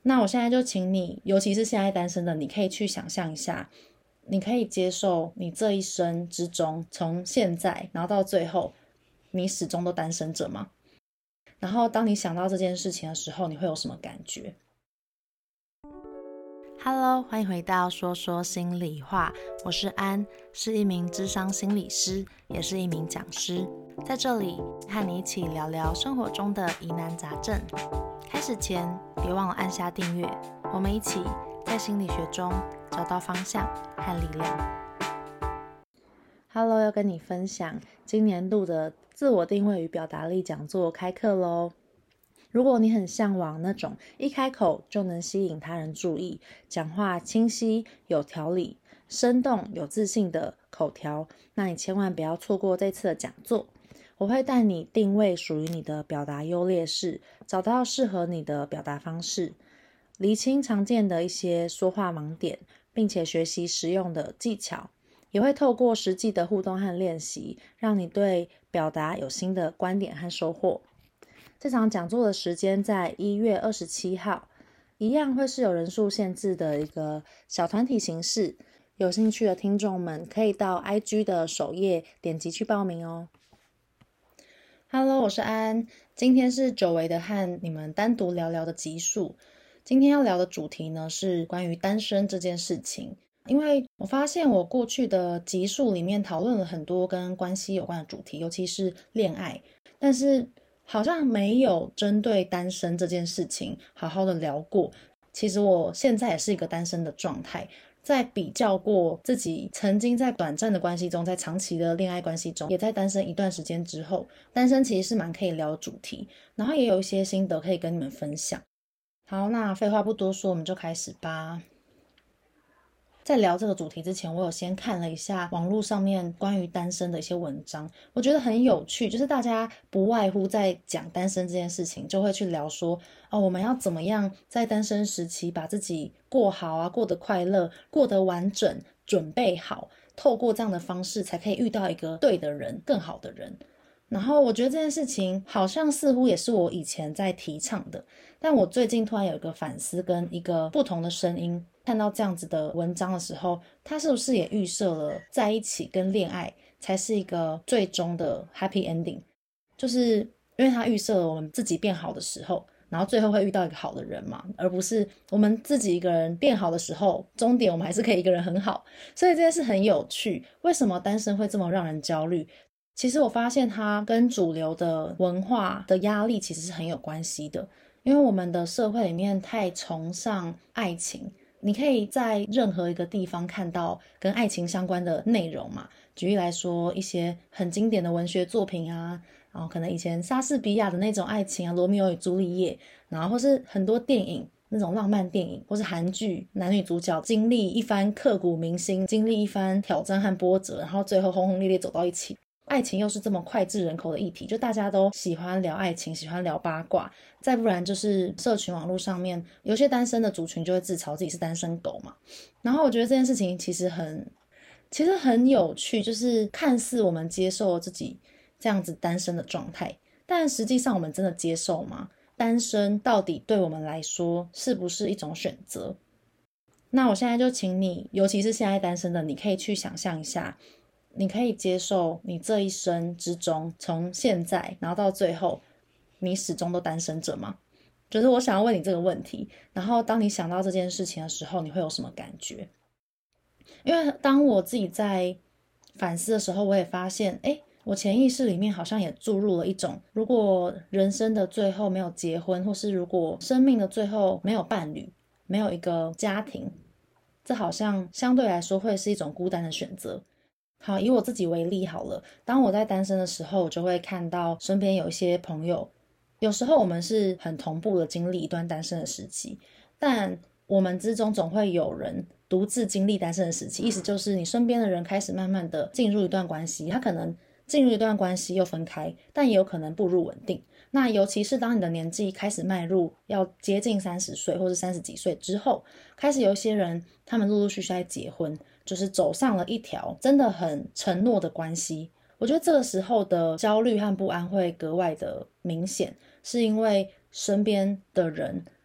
那我现在就请你，尤其是现在单身的，你可以去想象一下，你可以接受你这一生之中，从现在然后到最后，你始终都单身着吗？然后当你想到这件事情的时候，你会有什么感觉？ Hello， 欢迎回到说说心里话，我是安，是一名諮商心理师，也是一名讲师，在这里和你一起聊聊生活中的疑难杂症。开始前，别忘了按下订阅，我们一起在心理学中找到方向和力量。 Hello， 要跟你分享今年度的自我定位与表达力讲座开课咯。如果你很向往那种一开口就能吸引他人注意，讲话清晰有条理、生动有自信的口条，那你千万不要错过这次的讲座。我会带你定位属于你的表达优劣势，找到适合你的表达方式，厘清常见的一些说话盲点，并且学习实用的技巧，也会透过实际的互动和练习，让你对表达有新的观点和收获。这场讲座的时间在1月27号，一样会是有人数限制的一个小团体形式。有兴趣的听众们可以到 IG 的首页点击去报名哦。Hello， 我是安，今天是久违的和你们单独聊聊的集数。今天要聊的主题呢是关于单身这件事情。因为我发现我过去的集数里面讨论了很多跟关系有关的主题，尤其是恋爱，但是好像没有针对单身这件事情好好的聊过。其实我现在也是一个单身的状态，在比较过自己曾经在短暂的关系中，在长期的恋爱关系中，也在单身一段时间之后，单身其实是蛮可以聊的主题，然后也有一些心得可以跟你们分享。好，那废话不多说，我们就开始吧。在聊这个主题之前，我有先看了一下网络上面关于单身的一些文章，我觉得很有趣，就是大家不外乎在讲单身这件事情，就会去聊说我们要怎么样在单身时期把自己过好啊，过得快乐，过得完整，准备好，透过这样的方式才可以遇到一个对的人，更好的人。然后我觉得这件事情好像似乎也是我以前在提倡的，但我最近突然有一个反思跟一个不同的声音，看到这样子的文章的时候，他是不是也预设了在一起跟恋爱才是一个最终的 happy ending， 就是因为他预设了我们自己变好的时候，然后最后会遇到一个好的人嘛，而不是我们自己一个人变好的时候，终点我们还是可以一个人很好。所以这件事很有趣，为什么单身会这么让人焦虑？其实我发现它跟主流的文化的压力其实是很有关系的，因为我们的社会里面太崇尚爱情，你可以在任何一个地方看到跟爱情相关的内容嘛。举例来说，一些很经典的文学作品啊，然后可能以前莎士比亚的那种爱情啊，罗密欧与朱丽叶，然后或是很多电影那种浪漫电影，或是韩剧，男女主角经历一番刻骨铭心，经历一番挑战和波折，然后最后轰轰烈烈走到一起。爱情又是这么脍炙人口的议题，就大家都喜欢聊爱情，喜欢聊八卦，再不然就是社群网络上面有些单身的族群就会自嘲自己是单身狗嘛。然后我觉得这件事情其实很有趣，就是看似我们接受自己这样子单身的状态，但实际上我们真的接受吗？单身到底对我们来说是不是一种选择？那我现在就请你，尤其是现在单身的，你可以去想象一下，你可以接受你这一生之中，从现在然后到最后，你始终都单身着吗？就是我想要问你这个问题，然后当你想到这件事情的时候，你会有什么感觉？因为当我自己在反思的时候，我也发现我潜意识里面好像也注入了一种，如果人生的最后没有结婚，或是如果生命的最后没有伴侣，没有一个家庭，这好像相对来说会是一种孤单的选择。好，以我自己为例好了，当我在单身的时候，我就会看到身边有一些朋友，有时候我们是很同步的经历一段单身的时期，但我们之中总会有人独自经历单身的时期，意思就是你身边的人开始慢慢的进入一段关系，他可能进入一段关系又分开，但也有可能步入稳定。那尤其是当你的年纪开始迈入要接近30岁或是30几岁之后，开始有一些人他们陆陆续续在结婚，就是走上了一条真的很承诺的关系。我觉得这个时候的焦虑和不安会格外的明显，是因为身边的人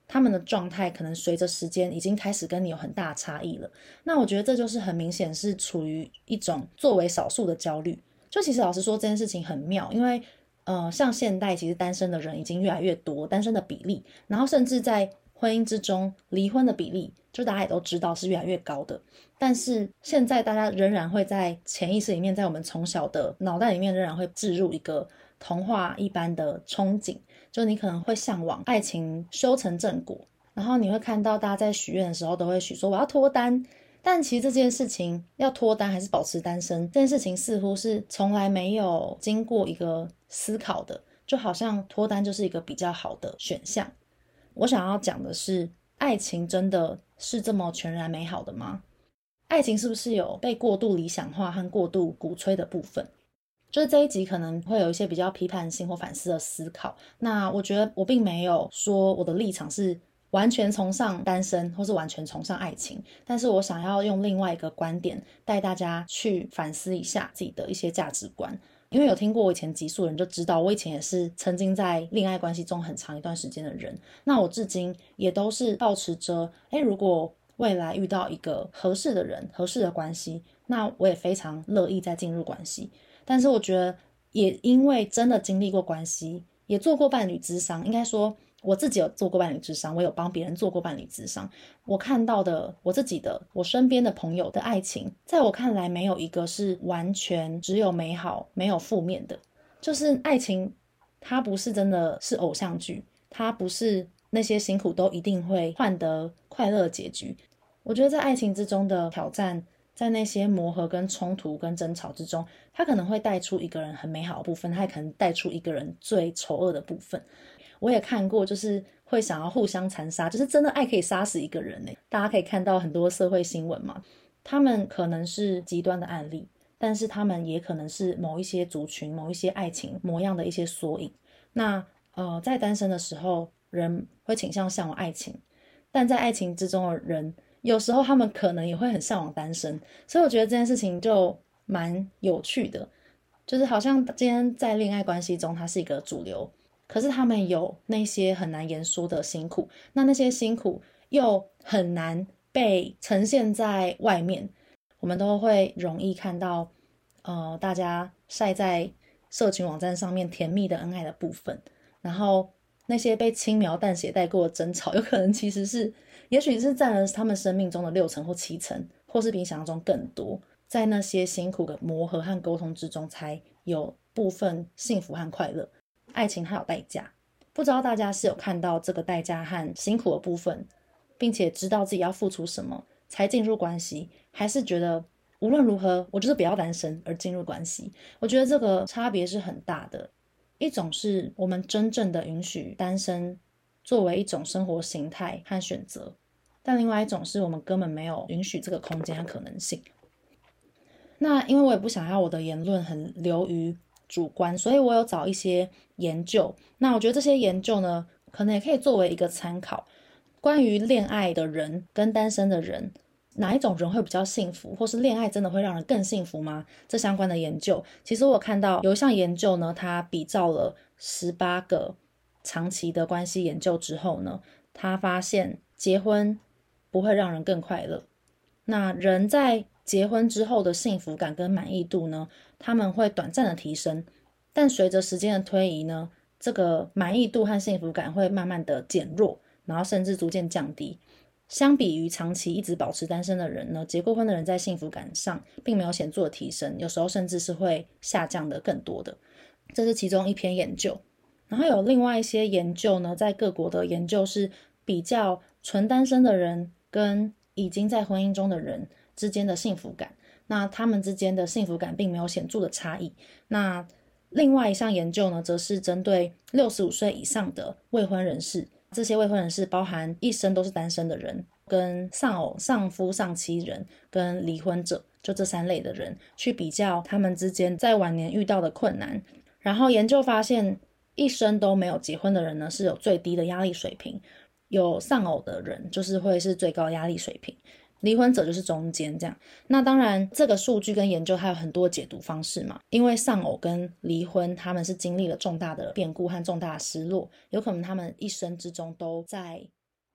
他们的状态可能随着时间已经开始跟你有很大的差异了。那我觉得这就是很明显是处于一种作为少数的焦虑。就其实老实说这件事情很妙，因为像现代其实单身的人已经越来越多，单身的比例，然后甚至在婚姻之中离婚的比例就大家也都知道是越来越高的。但是现在大家仍然会在潜意识里面，在我们从小的脑袋里面仍然会置入一个童话一般的憧憬，就你可能会向往爱情修成正果，然后你会看到大家在许愿的时候都会许说我要脱单，但其实这件事情要脱单还是保持单身，这件事情似乎是从来没有经过一个思考的，就好像脱单就是一个比较好的选项。我想要讲的是，爱情真的是这么全然美好的吗？爱情是不是有被过度理想化和过度鼓吹的部分？就是这一集可能会有一些比较批判性或反思的思考。那我觉得我并没有说我的立场是完全崇尚单身或是完全崇尚爱情，但是我想要用另外一个观点带大家去反思一下自己的一些价值观。因为有听过我以前集数的人就知道，我以前也是曾经在恋爱关系中很长一段时间的人。那我至今也都是抱持着如果未来遇到一个合适的人，合适的关系，那我也非常乐意再进入关系。但是我觉得也因为真的经历过关系，也做过伴侣咨商，应该说我自己有做过伴侣咨商，我有帮别人做过伴侣咨商，我看到的我自己的我身边的朋友的爱情，在我看来没有一个是完全只有美好没有负面的。就是爱情它不是真的是偶像剧，它不是那些辛苦都一定会换得快乐的结局。我觉得在爱情之中的挑战，在那些磨合跟冲突跟争吵之中，它可能会带出一个人很美好的部分，它也可能带出一个人最丑恶的部分。我也看过就是会想要互相残杀，就是真的爱可以杀死一个人耶。大家可以看到很多社会新闻嘛，他们可能是极端的案例，但是他们也可能是某一些族群某一些爱情模样的一些缩影。那在单身的时候人会倾向向往爱情，但在爱情之中的人有时候他们可能也会很向往单身。所以我觉得这件事情就蛮有趣的，就是好像今天在恋爱关系中它是一个主流，可是他们有那些很难言说的辛苦，那些辛苦又很难被呈现在外面。我们都会容易看到大家晒在社群网站上面甜蜜的恩爱的部分，然后那些被轻描淡写带过的争吵，有可能其实是也许是占了他们生命中的6成或7成，或是比你想象中更多。在那些辛苦的磨合和沟通之中，才有部分幸福和快乐。爱情它有代价，不知道大家是有看到这个代价和辛苦的部分，并且知道自己要付出什么才进入关系，还是觉得无论如何我就是不要单身而进入关系。我觉得这个差别是很大的。一种是我们真正的允许单身作为一种生活形态和选择，但另外一种是我们根本没有允许这个空间和可能性。那因为我也不想要我的言论很流于主观，所以我有找一些研究。那我觉得这些研究呢，可能也可以作为一个参考。关于恋爱的人跟单身的人，哪一种人会比较幸福，或是恋爱真的会让人更幸福吗？这相关的研究，其实我有看到有一项研究呢，它比照了18个长期的关系研究之后呢，他发现结婚不会让人更快乐。那人在结婚之后的幸福感跟满意度呢，他们会短暂的提升，但随着时间的推移呢，这个满意度和幸福感会慢慢的减弱，然后甚至逐渐降低。相比于长期一直保持单身的人呢，结过婚的人在幸福感上并没有显著的提升，有时候甚至是会下降的更多的。这是其中一篇研究。然后有另外一些研究呢，在各国的研究是比较纯单身的人跟已经在婚姻中的人之间的幸福感，那他们之间的幸福感并没有显著的差异。那另外一项研究呢，则是针对65岁以上的未婚人士，这些未婚人士包含一生都是单身的人，跟丧偶、丧夫、丧妻人，跟离婚者，就这3类的人，去比较他们之间在晚年遇到的困难。然后研究发现，一生都没有结婚的人呢，是有最低的压力水平，有丧偶的人就是会是最高压力水平，离婚者就是中间这样。那当然这个数据跟研究还有很多解读方式嘛，因为丧偶跟离婚他们是经历了重大的变故和重大的失落，有可能他们一生之中都在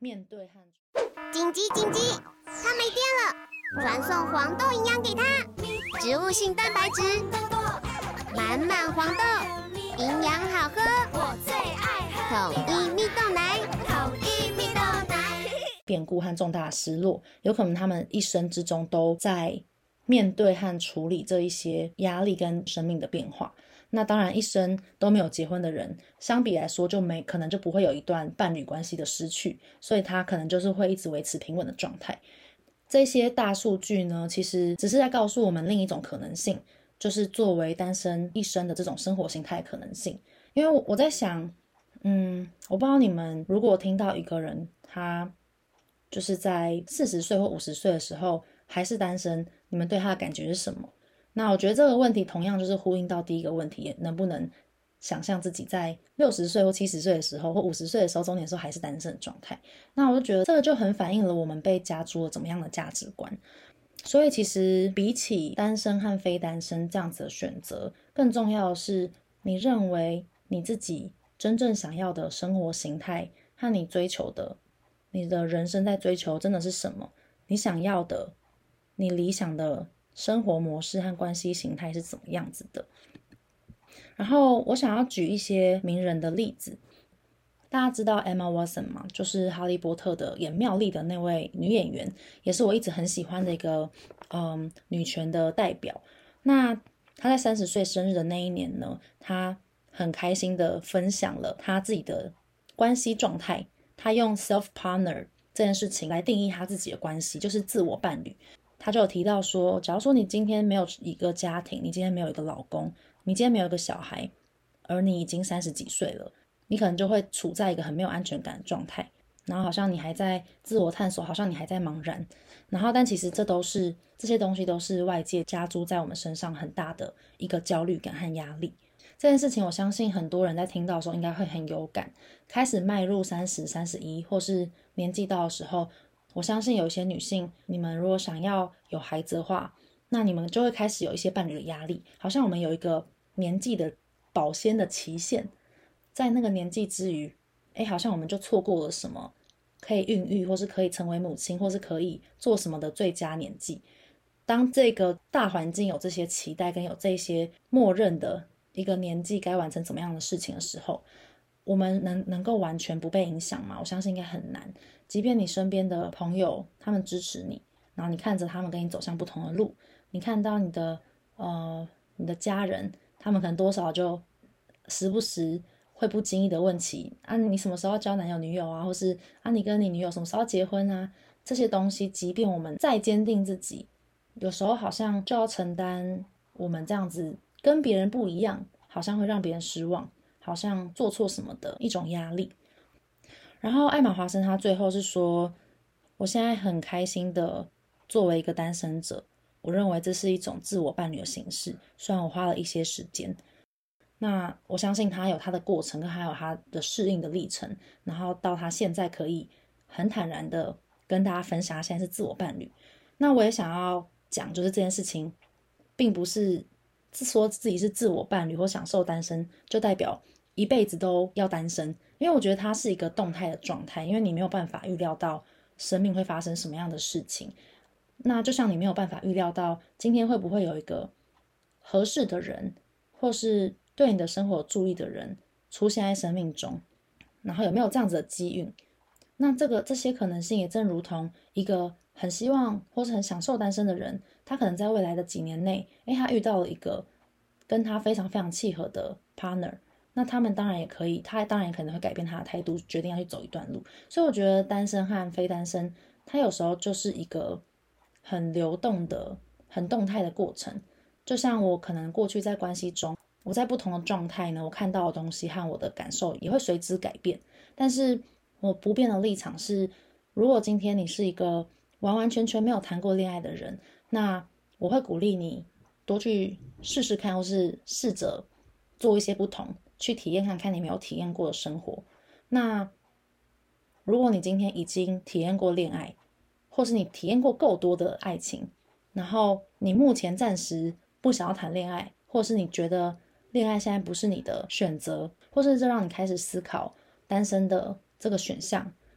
面对和紧急！它没电了，传送黄豆营养给它，植物性蛋白质，满满黄豆，营养好喝，我最爱喝统一蜜豆奶，统一蜜豆奶。 变故和重大的失落，有可能他们一生之中都在面对和处理这一些压力跟生命的变化。那当然一生都没有结婚的人，相比来说可能就不会有一段伴侣关系的失去，所以他可能就是会一直维持平稳的状态。这些大数据呢，其实只是在告诉我们另一种可能性，就是作为单身一生的这种生活形态的可能性。因为我在想我不知道你们如果听到一个人他就是在40岁或50岁的时候还是单身，你们对他的感觉是什么？那我觉得这个问题同样就是呼应到第一个问题，能不能想象自己在60岁或70岁的时候或50岁的时候中年的时候还是单身的状态。那我就觉得这个就很反映了我们被加诸了怎么样的价值观。所以其实比起单身和非单身这样子的选择，更重要的是你认为你自己真正想要的生活形态和你追求的，你的人生在追求真的是什么？你想要的，你理想的生活模式和关系形态是怎么样子的。然后我想要举一些名人的例子。大家知道 Emma Watson 吗？就是哈利波特的演妙丽的那位女演员，也是我一直很喜欢的一个女权的代表。那她在30岁生日的那一年呢，她很开心的分享了她自己的关系状态。她用 self partner 这件事情来定义她自己的关系，就是自我伴侣。她就有提到说，假如说你今天没有一个家庭，你今天没有一个老公，你今天没有一个小孩，而你已经30几岁了，你可能就会处在一个很没有安全感的状态，然后好像你还在自我探索，好像你还在茫然，然后但其实这些东西都是外界加诸在我们身上很大的一个焦虑感和压力。这件事情我相信很多人在听到的时候应该会很有感，开始迈入30、31或是年纪到的时候，我相信有一些女性，你们如果想要有孩子的话，那你们就会开始有一些伴侣的压力，好像我们有一个年纪的保鲜的期限，在那个年纪之余，好像我们就错过了什么可以孕育或是可以成为母亲或是可以做什么的最佳年纪。当这个大环境有这些期待跟有这些默认的一个年纪该完成怎么样的事情的时候，我们能够完全不被影响吗？我相信应该很难。即便你身边的朋友他们支持你，然后你看着他们跟你走向不同的路，你看到你的家人，他们可能多少就时不时会不经意的问起你什么时候要交男友女友啊，或是你跟你女友什么时候要结婚啊，这些东西即便我们再坚定自己，有时候好像就要承担我们这样子跟别人不一样，好像会让别人失望，好像做错什么的一种压力。然后艾玛华森他最后是说，我现在很开心的作为一个单身者，我认为这是一种自我伴侣的形式，虽然我花了一些时间，那我相信他有他的过程跟还有他的适应的历程，然后到他现在可以很坦然的跟大家分享他现在是自我伴侣。那我也想要讲，就是这件事情并不是说自己是自我伴侣或享受单身就代表一辈子都要单身，因为我觉得它是一个动态的状态，因为你没有办法预料到生命会发生什么样的事情。那就像你没有办法预料到今天会不会有一个合适的人，或是对你的生活有注意的人出现在生命中，然后有没有这样子的机运。那这些可能性也正如同一个很希望或是很享受单身的人，他可能在未来的几年内他遇到了一个跟他非常非常契合的 partner， 那他当然也可能会改变他的态度，决定要去走一段路。所以我觉得单身和非单身它有时候就是一个很流动的很动态的过程。就像我可能过去在关系中，我在不同的状态呢，我看到的东西和我的感受也会随之改变，但是我不变的立场是，如果今天你是一个完完全全没有谈过恋爱的人，那我会鼓励你多去试试看，或是试着做一些不同，去体验看看你没有体验过的生活。那如果你今天已经体验过恋爱，或是你体验过够多的爱情，然后你目前暂时不想要谈恋爱，或是你觉得恋爱现在不是你的选择，或是这让你开始思考单身的这个选项，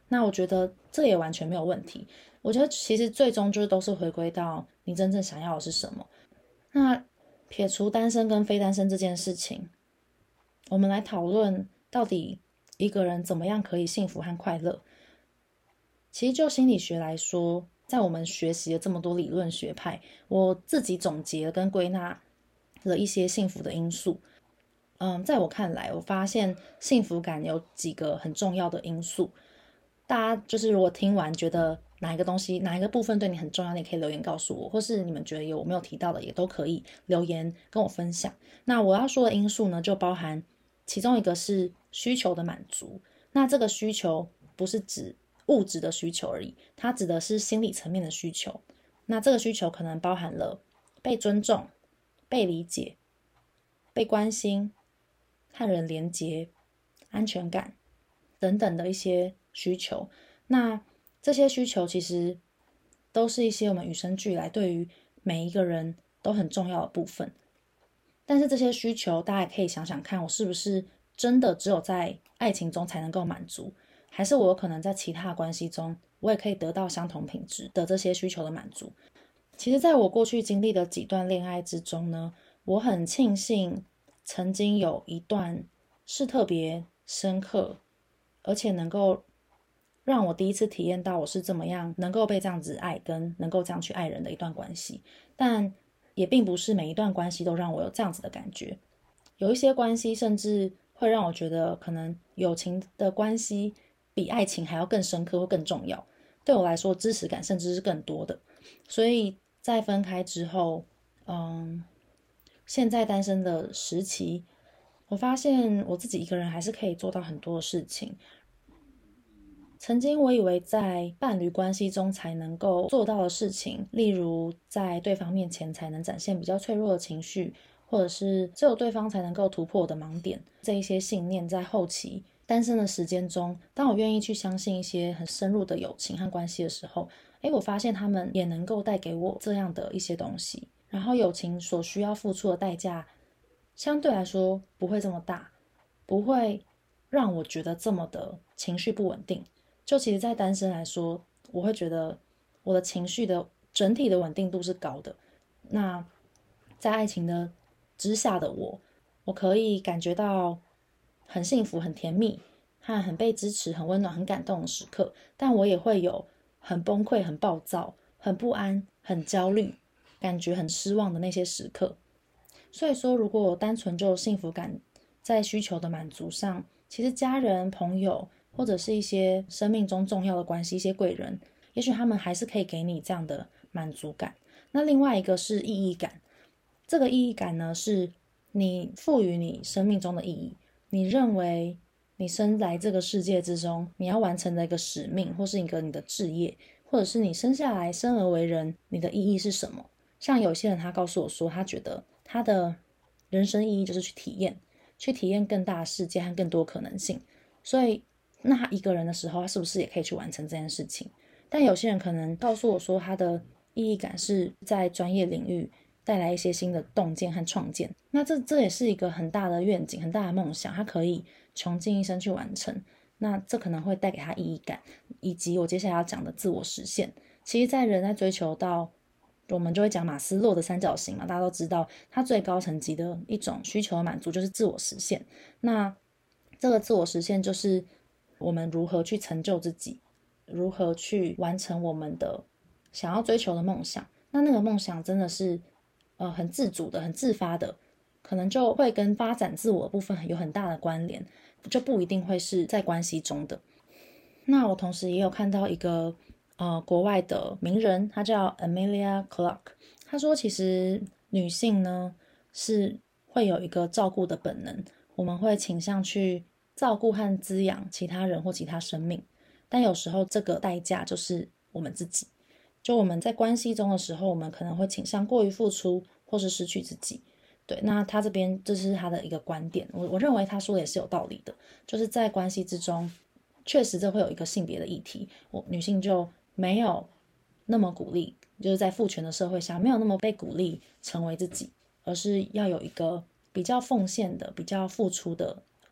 那我觉得这也完全没有问题。我觉得其实最终就是都是回归到你真正想要的是什么。那撇除单身跟非单身这件事情，我们来讨论到底一个人怎么样可以幸福和快乐。其实就心理学来说，在我们学习了这么多理论学派，我自己总结跟归纳了一些幸福的因素。在我看来，我发现幸福感有几个很重要的因素。大家就是如果听完觉得哪一个东西哪一个部分对你很重要，你可以留言告诉我，或是你们觉得有我没有提到的也都可以留言跟我分享。那我要说的因素呢，就包含其中一个是需求的满足。那这个需求不是指物质的需求而已，它指的是心理层面的需求。那这个需求可能包含了被尊重、被理解、被关心、和人连结、安全感等等的一些需求。那这些需求其实都是一些我们与生俱来对于每一个人都很重要的部分。但是这些需求大家也可以想想看，我是不是真的只有在爱情中才能够满足，还是我有可能在其他关系中我也可以得到相同品质的这些需求的满足。其实在我过去经历的几段恋爱之中呢，我很庆幸曾经有一段是特别深刻，而且能够让我第一次体验到我是怎么样能够被这样子爱，跟能够这样去爱人的一段关系。但也并不是每一段关系都让我有这样子的感觉，有一些关系甚至会让我觉得可能友情的关系比爱情还要更深刻或更重要，对我来说支持感甚至是更多的。所以在分开之后，现在单身的时期，我发现我自己一个人还是可以做到很多的事情。曾经我以为在伴侣关系中才能够做到的事情，例如在对方面前才能展现比较脆弱的情绪，或者是只有对方才能够突破我的盲点，这一些信念在后期单身的时间中，当我愿意去相信一些很深入的友情和关系的时候，我发现他们也能够带给我这样的一些东西。然后友情所需要付出的代价相对来说不会这么大，不会让我觉得这么的情绪不稳定。就其实在单身来说，我会觉得我的情绪的整体的稳定度是高的。那在爱情的之下的我可以感觉到很幸福、很甜蜜和很被支持、很温暖、很感动的时刻，但我也会有很崩溃、很暴躁、很不安、很焦虑，感觉很失望的那些时刻。所以说，如果我单纯就幸福感在需求的满足上，其实家人、朋友或者是一些生命中重要的关系，一些贵人，也许他们还是可以给你这样的满足感。那另外一个是意义感，这个意义感呢，是你赋予你生命中的意义，你认为你生来这个世界之中，你要完成的一个使命，或是一个你的志业，或者是你生下来生而为人，你的意义是什么？像有些人他告诉我说，他觉得他的人生意义就是去体验更大的世界和更多可能性。所以那他一个人的时候，他是不是也可以去完成这件事情？但有些人可能告诉我说，他的意义感是在专业领域带来一些新的洞见和创建。那这也是一个很大的愿景，很大的梦想，他可以穷尽一生去完成。那这可能会带给他意义感，以及我接下来要讲的自我实现。其实在人在追求到，我们就会讲马斯洛的三角形嘛，大家都知道他最高层级的一种需求的满足就是自我实现。那这个自我实现就是我们如何去成就自己，如何去完成我们的想要追求的梦想。那个梦想真的是很自主的、很自发的，可能就会跟发展自我的部分有很大的关联，就不一定会是在关系中的。那我同时也有看到一个国外的名人，他叫 Emilia Clarke， 他说其实女性呢是会有一个照顾的本能，我们会倾向去照顾和滋养其他人或其他生命，但有时候这个代价就是我们自己。就我们在关系中的时候，我们可能会倾向过于付出或是失去自己。对，那他这边这是他的一个观点，我认为他说的也是有道理的，就是在关系之中确实这会有一个性别的议题，女性就没有那么鼓励，就是在父权的社会下没有那么被鼓励成为自己，而是要有一个比较奉献的、比较付出的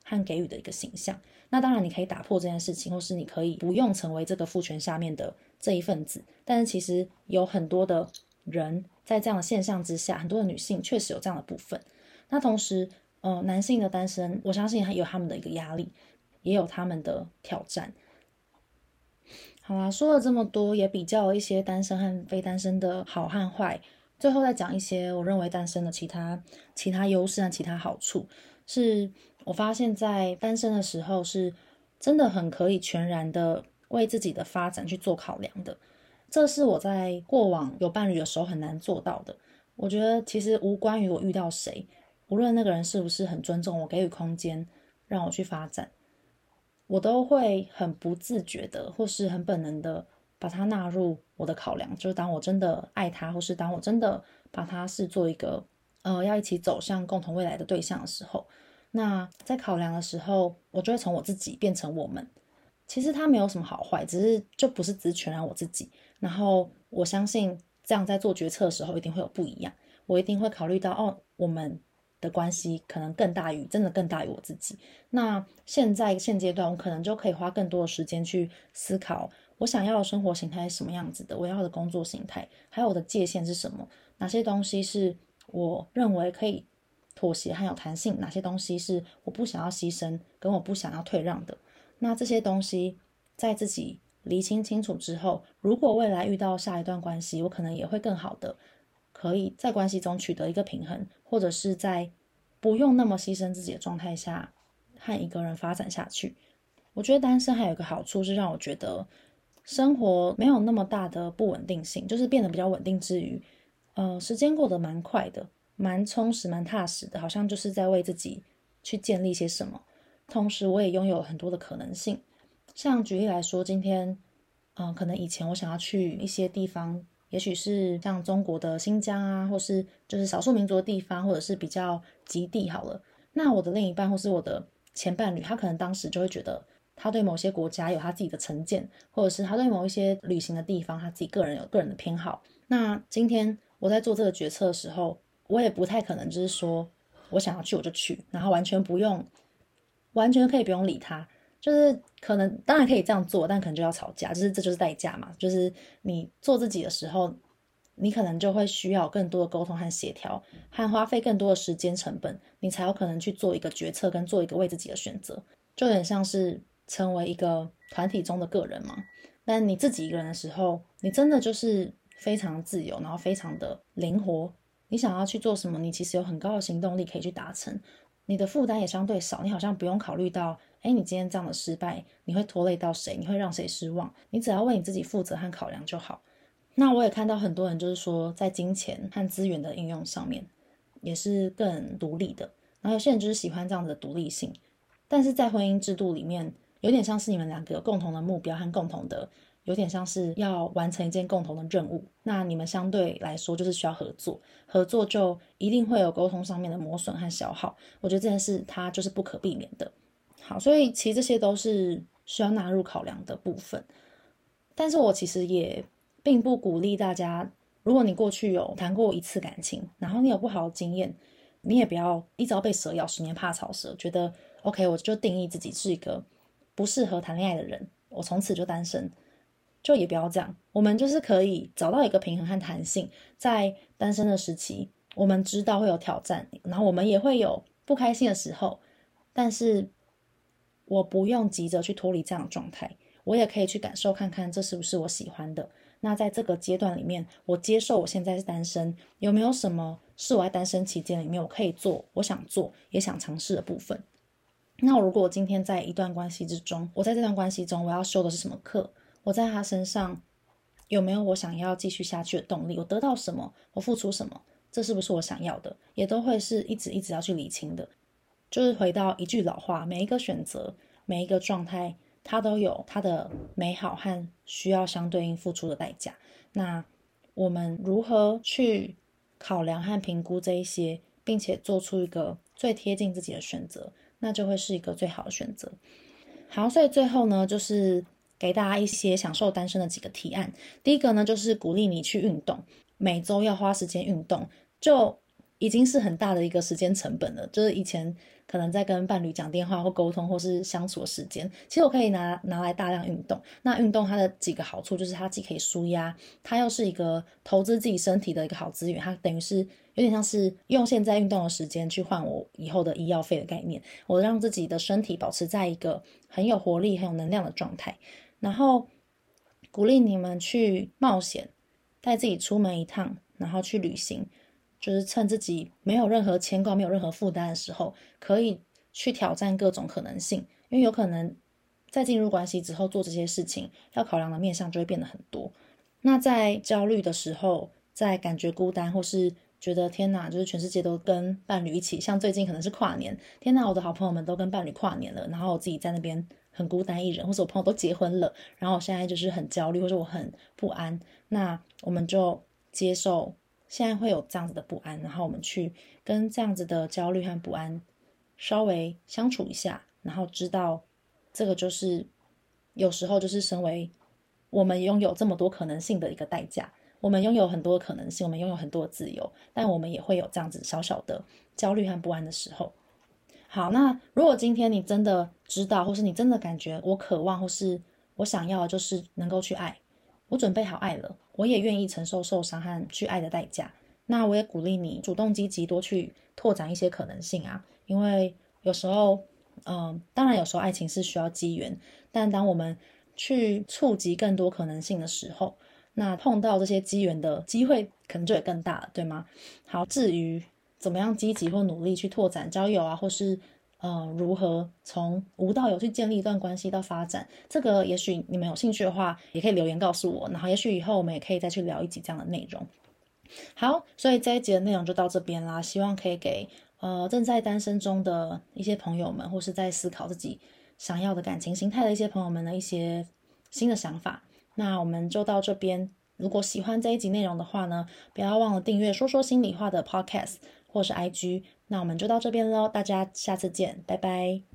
和给予的一个形象。那当然你可以打破这件事情，或是你可以不用成为这个父权下面的这一份子，但是其实有很多的人在这样的现象之下，很多的女性确实有这样的部分。那同时男性的单身，我相信有他们的一个压力，也有他们的挑战。好啦，说了这么多，也比较了一些单身和非单身的好和坏，最后再讲一些我认为单身的其他优势和其他好处。是我发现在单身的时候是真的很可以全然的为自己的发展去做考量的，这是我在过往有伴侣的时候很难做到的。我觉得其实无关于我遇到谁，无论那个人是不是很尊重我，给予空间让我去发展，我都会很不自觉的或是很本能的把它纳入我的考量。就是当我真的爱他，或是当我真的把他视作一个要一起走向共同未来的对象的时候，那在考量的时候，我就会从我自己变成我们。其实它没有什么好坏，只是就不是只全然我自己。然后我相信这样在做决策的时候一定会有不一样，我一定会考虑到我们的关系可能真的更大于我自己。那现阶段我可能就可以花更多的时间去思考我想要的生活形态是什么样子的，我要的工作形态，还有我的界限是什么，哪些东西是我认为可以妥协和有弹性，哪些东西是我不想要牺牲跟我不想要退让的。那这些东西在自己厘清清楚之后，如果未来遇到下一段关系，我可能也会更好的可以在关系中取得一个平衡，或者是在不用那么牺牲自己的状态下和一个人发展下去。我觉得单身还有一个好处是让我觉得生活没有那么大的不稳定性，就是变得比较稳定之余时间过得蛮快的，蛮充实蛮踏实的，好像就是在为自己去建立些什么。同时我也拥有很多的可能性，像举例来说，今天可能以前我想要去一些地方，也许是像中国的新疆啊，或是就是少数民族的地方，或者是比较极地好了。那我的另一半或是我的前伴侣，他可能当时就会觉得他对某些国家有他自己的成见，或者是他对某一些旅行的地方他自己个人有个人的偏好。那今天我在做这个决策的时候，我也不太可能就是说我想要去我就去，然后完全可以不用理他。就是可能当然可以这样做，但可能就要吵架，这就是代价嘛。就是你做自己的时候，你可能就会需要更多的沟通和协调，和花费更多的时间成本，你才有可能去做一个决策跟做一个为自己的选择。就有点像是成为一个团体中的个人嘛。但你自己一个人的时候，你真的就是非常自由，然后非常的灵活，你想要去做什么，你其实有很高的行动力可以去达成，你的负担也相对少，你好像不用考虑到你今天这样的失败你会拖累到谁，你会让谁失望，你只要为你自己负责和考量就好。那我也看到很多人就是说在金钱和资源的应用上面也是更独立的，然后有些人就是喜欢这样的独立性，但是在婚姻制度里面有点像是你们两个有共同的目标和共同的，有点像是要完成一件共同的任务，那你们相对来说就是需要合作，合作就一定会有沟通上面的磨损和消耗，我觉得这件事它就是不可避免的。好，所以其实这些都是需要纳入考量的部分。但是我其实也并不鼓励大家，如果你过去有谈过一次感情，然后你有不好的经验，你也不要一直要被蛇咬10年怕草蛇，觉得 OK 我就定义自己是一个不适合谈恋爱的人，我从此就单身，就也不要这样。我们就是可以找到一个平衡和弹性，在单身的时期我们知道会有挑战，然后我们也会有不开心的时候，但是我不用急着去脱离这样的状态，我也可以去感受看看这是不是我喜欢的。那在这个阶段里面，我接受我现在是单身，有没有什么是我在单身期间里面我可以做，我想做也想尝试的部分。那如果我今天在一段关系之中，我在这段关系中我要修的是什么课，我在他身上有没有我想要继续下去的动力，我得到什么，我付出什么，这是不是我想要的，也都会是一直要去理清的。就是回到一句老话，每一个选择，每一个状态，它都有它的美好和需要相对应付出的代价。那我们如何去考量和评估这一些，并且做出一个最贴近自己的选择，那就会是一个最好的选择。好，所以最后呢，就是给大家一些享受单身的几个提案。第一个呢，就是鼓励你去运动，每周要花时间运动，就已经是很大的一个时间成本了，就是以前可能在跟伴侣讲电话或沟通或是相处的时间，其实我可以拿来大量运动。那运动它的几个好处就是它既可以舒压，它又是一个投资自己身体的一个好资源，它等于是有点像是用现在运动的时间去换我以后的医药费的概念，我让自己的身体保持在一个很有活力很有能量的状态，然后鼓励你们去冒险，带自己出门一趟，然后去旅行，就是趁自己没有任何牵挂没有任何负担的时候，可以去挑战各种可能性，因为有可能在进入关系之后做这些事情要考量的面向就会变得很多。那在焦虑的时候，在感觉孤单或是觉得天哪就是全世界都跟伴侣一起，像最近可能是跨年，天哪我的好朋友们都跟伴侣跨年了，然后我自己在那边很孤单一人，或者我朋友都结婚了，然后我现在就是很焦虑或者我很不安，那我们就接受现在会有这样子的不安，然后我们去跟这样子的焦虑和不安稍微相处一下，然后知道这个就是有时候就是身为我们拥有这么多可能性的一个代价，我们拥有很多可能性，我们拥有很多自由，但我们也会有这样子小小的焦虑和不安的时候。好，那如果今天你真的知道，或是你真的感觉我渴望或是我想要的就是能够去爱，我准备好爱了，我也愿意承受受伤和去爱的代价，那我也鼓励你主动积极多去拓展一些可能性啊，因为有时候当然有时候爱情是需要机缘，但当我们去触及更多可能性的时候，那碰到这些机缘的机会可能就也更大了，对吗？好，至于怎么样积极或努力去拓展交友啊，或是如何从无到有去建立一段关系到发展，这个也许你们有兴趣的话也可以留言告诉我，然后也许以后我们也可以再去聊一集这样的内容。好，所以这一集的内容就到这边啦，希望可以给正在单身中的一些朋友们，或是在思考自己想要的感情形态的一些朋友们的一些新的想法。那我们就到这边，如果喜欢这一集内容的话呢，不要忘了订阅说说心里话的 podcast 或是 IG。那我们就到这边咯，大家下次见，拜拜。